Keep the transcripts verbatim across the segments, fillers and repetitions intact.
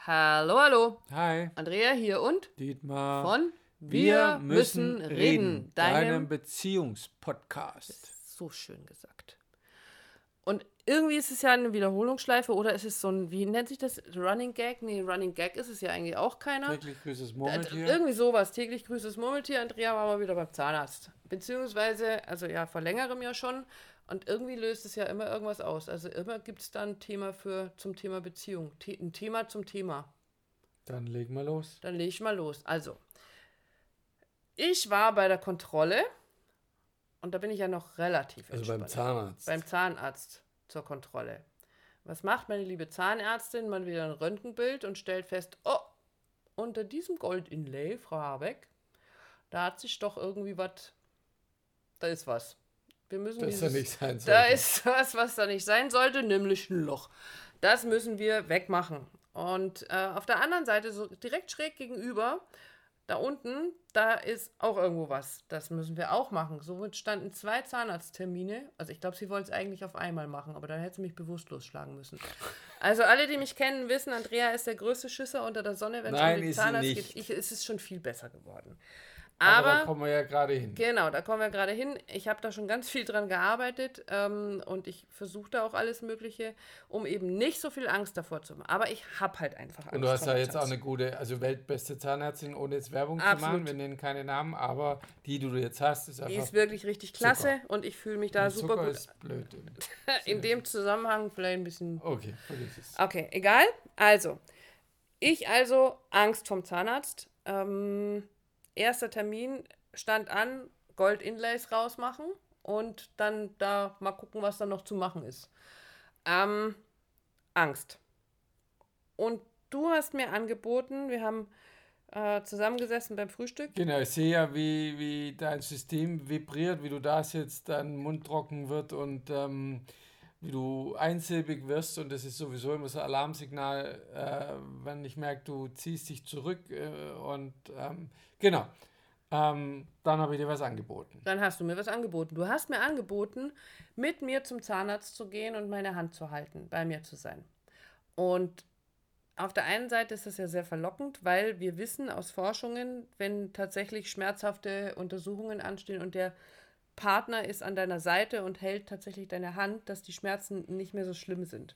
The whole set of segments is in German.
Hallo, hallo. Hi. Andrea hier und Dietmar. von Wir müssen reden, deinem Beziehungspodcast. So schön gesagt. Und irgendwie ist es ja eine Wiederholungsschleife oder ist es so ein, wie nennt sich das? Running Gag? Nee, Running Gag ist es ja eigentlich auch keiner. Täglich grüßes Murmeltier. Irgendwie sowas. Täglich grüßes Murmeltier. Andrea war mal wieder beim Zahnarzt. Beziehungsweise, also ja, vor längerem ja schon. Und irgendwie löst es ja immer irgendwas aus. Also immer gibt es da ein Thema für, zum Thema Beziehung. The- ein Thema zum Thema. Dann legen wir los. Dann lege ich mal los. Also, ich war bei der Kontrolle und da bin ich ja noch relativ Also entspannt. beim Zahnarzt. Beim Zahnarzt zur Kontrolle. Was macht meine liebe Zahnärztin? Man wieder ein Röntgenbild und stellt fest, oh, unter diesem Gold-Inlay, Frau Habeck, da hat sich doch irgendwie was, da ist was. Wir müssen das dieses, ja nicht sein sollte. Da ist was, was da nicht sein sollte, nämlich ein Loch. Das müssen wir wegmachen. Und äh, auf der anderen Seite, so direkt schräg gegenüber, da unten, da ist auch irgendwo was. Das müssen wir auch machen. Somit standen zwei Zahnarzttermine. Also ich glaube, sie wollen es eigentlich auf einmal machen, aber dann hätte sie mich bewusstlos schlagen müssen. Also alle, die mich kennen, wissen, Andrea ist der größte Schisser unter der Sonne, wenn es um den Zahnarzt geht. Ich, es ist schon viel besser geworden. Aber, Aber da kommen wir ja gerade hin. Genau, da kommen wir gerade hin. Ich habe da schon ganz viel dran gearbeitet ähm, und ich versuche da auch alles Mögliche, um eben nicht so viel Angst davor zu haben. Aber ich habe halt einfach Angst. Und du hast vor ja dem jetzt auch Zahnarzt. eine gute, also weltbeste Zahnärztin, ohne jetzt Werbung Absolut. zu machen. Wir nennen keine Namen, aber die, die du jetzt hast, ist einfach. Die ist wirklich richtig klasse Zucker. und ich fühle mich da Und super Zucker gut. ist blöd. In dem Zusammenhang vielleicht ein bisschen. Okay, vergiss es. Okay, egal. Also, ich also Angst vom Zahnarzt. Ähm, erster Termin stand an, Gold-Inlays rausmachen und dann da mal gucken, was da noch zu machen ist. Ähm, Angst. Und du hast mir angeboten, wir haben äh, zusammengesessen beim Frühstück. Genau, ich sehe ja, wie, wie dein System vibriert, wie du da sitzt, dein Mund trocken wird und ähm, wie du einsilbig wirst. Und das ist sowieso immer so ein Alarmsignal, äh, wenn ich merke, du ziehst dich zurück. Äh, und ähm, genau, ähm, dann habe ich dir was angeboten. Dann hast du mir was angeboten. Du hast mir angeboten, mit mir zum Zahnarzt zu gehen und meine Hand zu halten, bei mir zu sein. Und auf der einen Seite ist das ja sehr verlockend, weil wir wissen aus Forschungen, wenn tatsächlich schmerzhafte Untersuchungen anstehen und der Partner ist an deiner Seite und hält tatsächlich deine Hand, dass die Schmerzen nicht mehr so schlimm sind.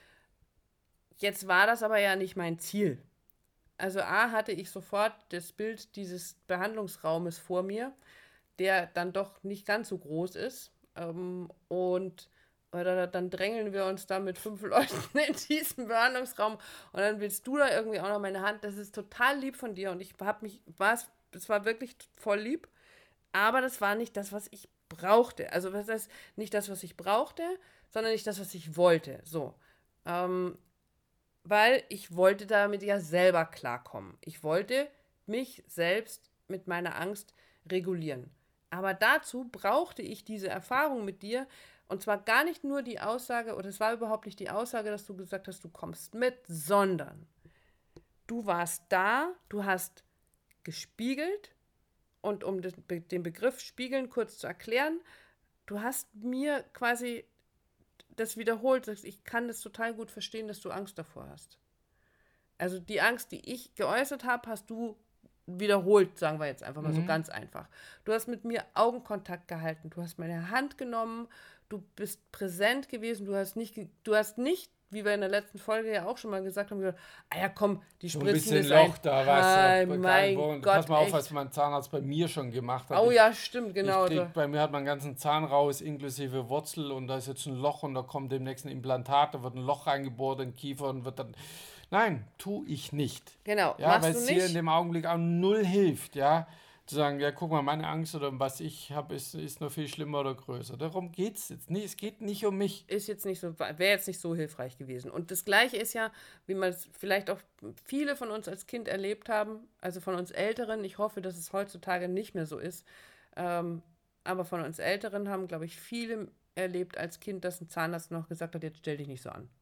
Jetzt war das aber ja nicht mein Ziel. Also A, hatte ich sofort das Bild dieses Behandlungsraumes vor mir, der dann doch nicht ganz so groß ist. Ähm, und oder dann drängeln wir uns da mit fünf Leuten in diesem Behandlungsraum und dann willst du da irgendwie auch noch meine Hand. Das ist total lieb von dir und ich habe mich, war's, es war wirklich voll lieb, aber das war nicht das, was ich brauchte. Also das heißt, nicht das, was ich brauchte, sondern nicht das, was ich wollte. So. Ähm, weil ich wollte damit ja selber klarkommen. Ich wollte mich selbst mit meiner Angst regulieren. Aber dazu brauchte ich diese Erfahrung mit dir. Und zwar gar nicht nur die Aussage, oder es war überhaupt nicht die Aussage, dass du gesagt hast, du kommst mit, sondern du warst da, du hast gespiegelt. Und um den Begriff Spiegeln kurz zu erklären, du hast mir quasi das wiederholt, ich kann das total gut verstehen, dass du Angst davor hast. Also die Angst, die ich geäußert habe, hast du wiederholt, sagen wir jetzt einfach mal mhm. so ganz einfach. Du hast mit mir Augenkontakt gehalten, du hast meine Hand genommen, du bist präsent gewesen, du hast nicht, du hast nicht, wie wir in der letzten Folge ja auch schon mal gesagt haben, gesagt, ah ja komm, die spritzen so ein bisschen Loch da, weißt du, mein Gott, Gott, pass mal auf, echt. was mein Zahnarzt bei mir schon gemacht hat. Oh ich, ja, stimmt, genau. Ich krieg, bei mir hat man einen ganzen Zahn raus, inklusive Wurzel und da ist jetzt ein Loch und da kommt demnächst ein Implantat, da wird ein Loch reingebohrt in den Kiefer und wird dann... Nein, tue ich nicht. Genau, ja, machst weil du es nicht. dir in dem Augenblick auch null hilft, ja. Zu sagen, ja, guck mal, meine Angst oder was ich habe, ist, ist noch viel schlimmer oder größer. Darum geht es jetzt nicht. Es geht nicht um mich. Ist jetzt nicht so, wäre jetzt nicht so hilfreich gewesen. Und das Gleiche ist ja, wie man es vielleicht auch viele von uns als Kind erlebt haben, also von uns Älteren, ich hoffe, dass es heutzutage nicht mehr so ist, ähm, aber von uns Älteren haben, glaube ich, viele erlebt als Kind, dass ein Zahnarzt noch gesagt hat, jetzt stell dich nicht so an.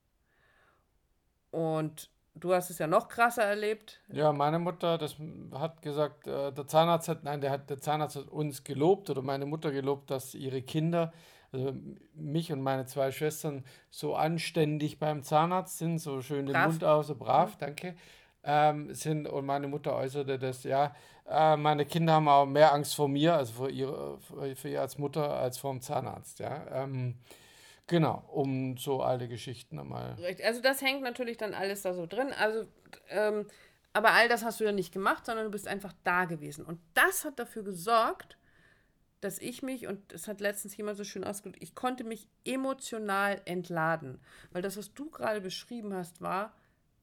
Und du hast es ja noch krasser erlebt. Ja, meine Mutter, das hat gesagt, äh, der Zahnarzt hat, nein, der, hat, der Zahnarzt hat uns gelobt oder meine Mutter gelobt, dass ihre Kinder also mich und meine zwei Schwestern so anständig beim Zahnarzt sind, so schön den Brav. Mund aus, so brav, Mhm. danke, ähm, sind und meine Mutter äußerte das, ja, äh, meine Kinder haben auch mehr Angst vor mir, also vor ihr, vor, für ihr als Mutter, als vor dem Zahnarzt, ja. Ähm, genau, um so alte Geschichten einmal. Richtig. Also das hängt natürlich dann alles da so drin. Also, ähm, aber all das hast du ja nicht gemacht, sondern du bist einfach da gewesen. Und das hat dafür gesorgt, dass ich mich, und das hat letztens jemand so schön ausgedrückt, ich konnte mich emotional entladen. Weil das, was du gerade beschrieben hast, war,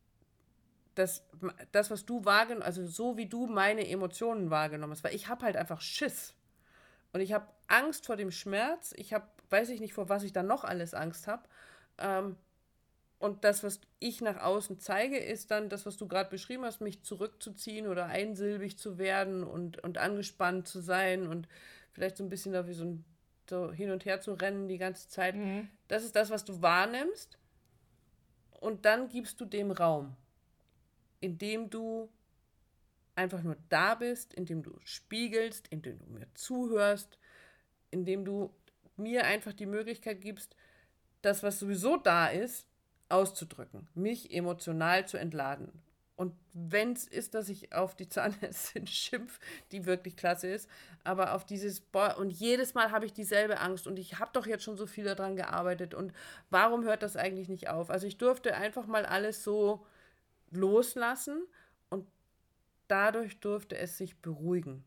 dass das, was du wahrgenommen, also so wie du meine Emotionen wahrgenommen hast, weil ich habe halt einfach Schiss. Und ich habe Angst vor dem Schmerz. Ich habe, weiß ich nicht, vor was ich dann noch alles Angst habe. Ähm, und das, was ich nach außen zeige, ist dann das, was du gerade beschrieben hast, mich zurückzuziehen oder einsilbig zu werden und, und angespannt zu sein und vielleicht so ein bisschen da wie so, ein, so hin und her zu rennen die ganze Zeit. Mhm. Das ist das, was du wahrnimmst. Und dann gibst du dem Raum, indem du einfach nur da bist, indem du spiegelst, indem du mir zuhörst, indem du mir einfach die Möglichkeit gibst, das, was sowieso da ist, auszudrücken, mich emotional zu entladen. Und wenn es ist, dass ich auf die Zahnärztin schimpf, die wirklich klasse ist, aber auf dieses, boah, und jedes Mal habe ich dieselbe Angst und ich habe doch jetzt schon so viel daran gearbeitet und warum hört das eigentlich nicht auf? Also ich durfte einfach mal alles so loslassen und dadurch durfte es sich beruhigen.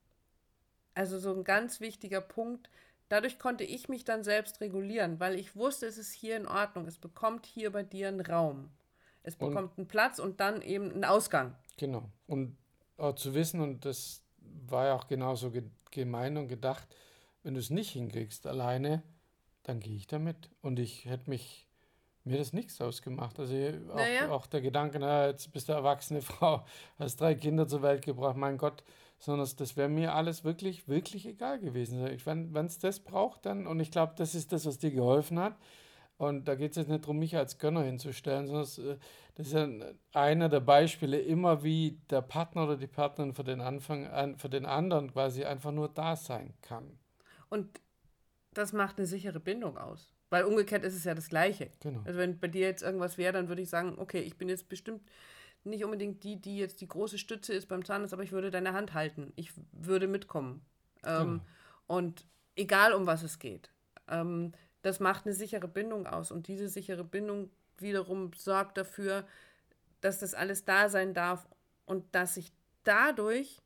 Also so ein ganz wichtiger Punkt. Dadurch konnte ich mich dann selbst regulieren, weil ich wusste, es ist hier in Ordnung. Es bekommt hier bei dir einen Raum. Es Und bekommt einen Platz und dann eben einen Ausgang. genau. Und auch zu wissen, und das war ja auch genauso ge gemeint und gedacht, wenn du es nicht hinkriegst alleine, dann gehe ich damit. Und ich hätte mich, mir das nichts ausgemacht. Also auch, Naja, auch der Gedanke, na, jetzt bist du eine erwachsene Frau, hast drei Kinder zur Welt gebracht, mein Gott, sondern das, das wäre mir alles wirklich, wirklich egal gewesen. Ich, wenn es das braucht, dann, und ich glaube, das ist das, was dir geholfen hat. Und da geht es jetzt nicht darum, mich als Gönner hinzustellen, sondern es, äh, das ist ja einer der Beispiele, immer wie der Partner oder die Partnerin für den Anfang, an, für den anderen quasi einfach nur da sein kann. und das macht eine sichere Bindung aus. Weil umgekehrt ist es ja das Gleiche. Genau, Also wenn bei dir jetzt irgendwas wäre, dann würde ich sagen, okay, ich bin jetzt bestimmt nicht unbedingt die, die jetzt die große Stütze ist beim Zahnarzt, aber ich würde deine Hand halten. Ich würde mitkommen. genau. Ähm, und egal um was es geht. Ähm, das macht eine sichere Bindung aus. Und diese sichere Bindung wiederum sorgt dafür, dass das alles da sein darf und dass ich dadurch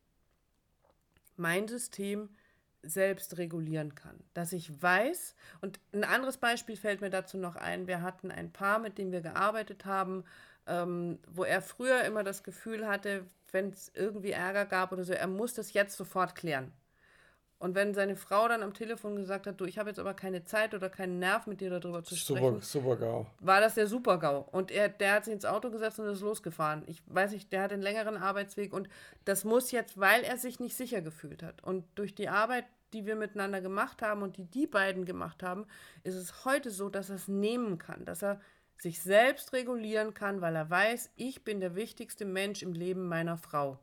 mein System selbst regulieren kann. Dass ich weiß, und ein anderes Beispiel fällt mir dazu noch ein, wir hatten ein Paar, mit dem wir gearbeitet haben, ähm, wo er früher immer das Gefühl hatte, wenn es irgendwie Ärger gab oder so, er muss das jetzt sofort klären. Und wenn seine Frau dann am Telefon gesagt hat, du, ich habe jetzt aber keine Zeit oder keinen Nerv mit dir darüber zu Super, sprechen, super GAU. war das der Super-GAU. Und er, der hat sich ins Auto gesetzt und ist losgefahren. Ich weiß nicht, der hat einen längeren Arbeitsweg und das muss jetzt, weil er sich nicht sicher gefühlt hat. Und durch die Arbeit, die wir miteinander gemacht haben und die die beiden gemacht haben, ist es heute so, dass er es nehmen kann, dass er sich selbst regulieren kann, weil er weiß, ich bin der wichtigste Mensch im Leben meiner Frau.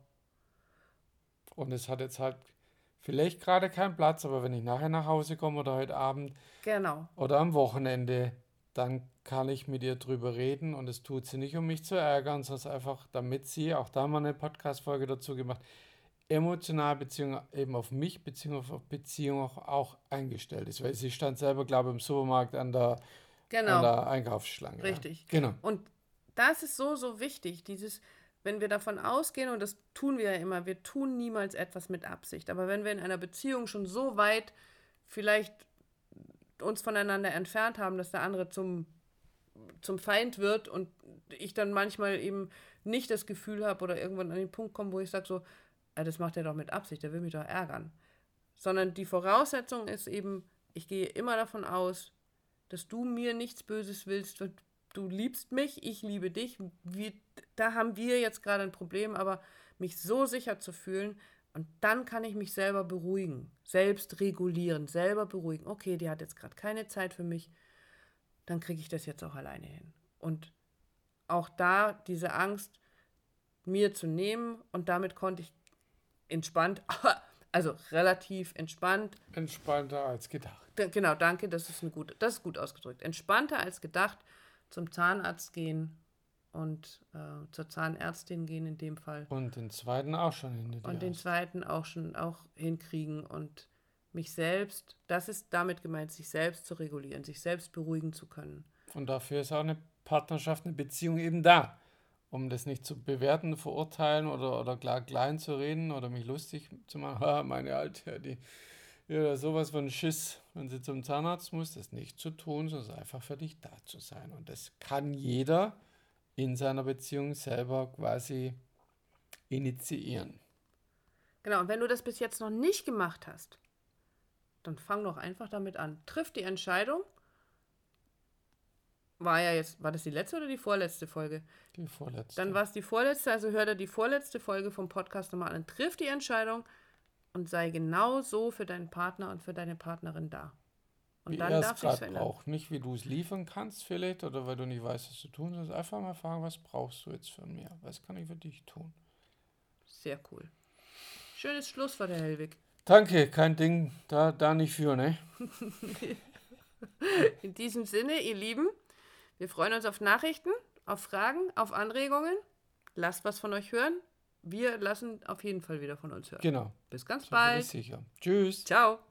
Und es hat jetzt halt vielleicht gerade keinen Platz, aber wenn ich nachher nach Hause komme oder heute Abend Genau, oder am Wochenende, dann kann ich mit ihr drüber reden und es tut sie nicht, um mich zu ärgern, sondern einfach, damit sie, auch da haben wir eine Podcast-Folge dazu gemacht, emotional Beziehung eben auf mich beziehungsweise auf Beziehung auch, auch eingestellt ist. Weil sie stand selber, glaube ich, im Supermarkt an der, an genau. der Einkaufsschlange. Ja. Richtig. Genau. Und das ist so, so wichtig, dieses, wenn wir davon ausgehen, und das tun wir ja immer, wir tun niemals etwas mit Absicht, aber wenn wir in einer Beziehung schon so weit vielleicht uns voneinander entfernt haben, dass der andere zum, zum Feind wird und ich dann manchmal eben nicht das Gefühl habe oder irgendwann an den Punkt komme, wo ich sage so, ja, das macht er doch mit Absicht, der will mich doch ärgern. Sondern die Voraussetzung ist eben, ich gehe immer davon aus, dass du mir nichts Böses willst. Du liebst mich, ich liebe dich. Wir, da haben wir jetzt gerade ein Problem, aber mich so sicher zu fühlen, und dann kann ich mich selber beruhigen, selbst regulieren, selber beruhigen. Okay, die hat jetzt gerade keine Zeit für mich, dann kriege ich das jetzt auch alleine hin. Und auch da diese Angst mir zu nehmen und damit konnte ich entspannt Also relativ entspannt. Entspannter als gedacht. D- Genau, danke, das ist, eine gute, das ist gut ausgedrückt. Entspannter als gedacht, zum Zahnarzt gehen und äh, zur Zahnärztin gehen in dem Fall. Und den zweiten auch schon hinter dir Und den hast. zweiten auch schon auch hinkriegen und mich selbst, das ist damit gemeint, sich selbst zu regulieren, sich selbst beruhigen zu können. Und dafür ist auch eine Partnerschaft, eine Beziehung eben da. Um das nicht zu bewerten, verurteilen oder, oder klar klein zu reden oder mich lustig zu machen. Ha, meine Alte, die ja sowas von Schiss, wenn sie zum Zahnarzt muss, das nicht zu tun, sondern einfach für dich da zu sein. Und das kann jeder in seiner Beziehung selber quasi initiieren. Genau, und wenn du das bis jetzt noch nicht gemacht hast, dann fang doch einfach damit an. Triff die Entscheidung. War ja jetzt, war das die letzte oder die vorletzte Folge? Die vorletzte. Dann war es die vorletzte, also hör dir die vorletzte Folge vom Podcast nochmal an. Triff die Entscheidung und sei genau so für deinen Partner und für deine Partnerin da. Und wie dann er darf es sich's gerade verändern. braucht. Nicht, wie du es liefern kannst vielleicht oder weil du nicht weißt, was zu tun ist. Einfach mal fragen, was brauchst du jetzt von mir? Was kann ich für dich tun? Sehr cool. Schönes Schlusswort, Herr Hellwig. Danke, kein Ding, da, da nicht für, ne? In diesem Sinne, ihr Lieben, wir freuen uns auf Nachrichten, auf Fragen, auf Anregungen. Lasst was von euch hören. Wir lassen auf jeden Fall wieder von uns hören. Genau, Bis ganz so bin ich bald. sicher. Tschüss. Ciao.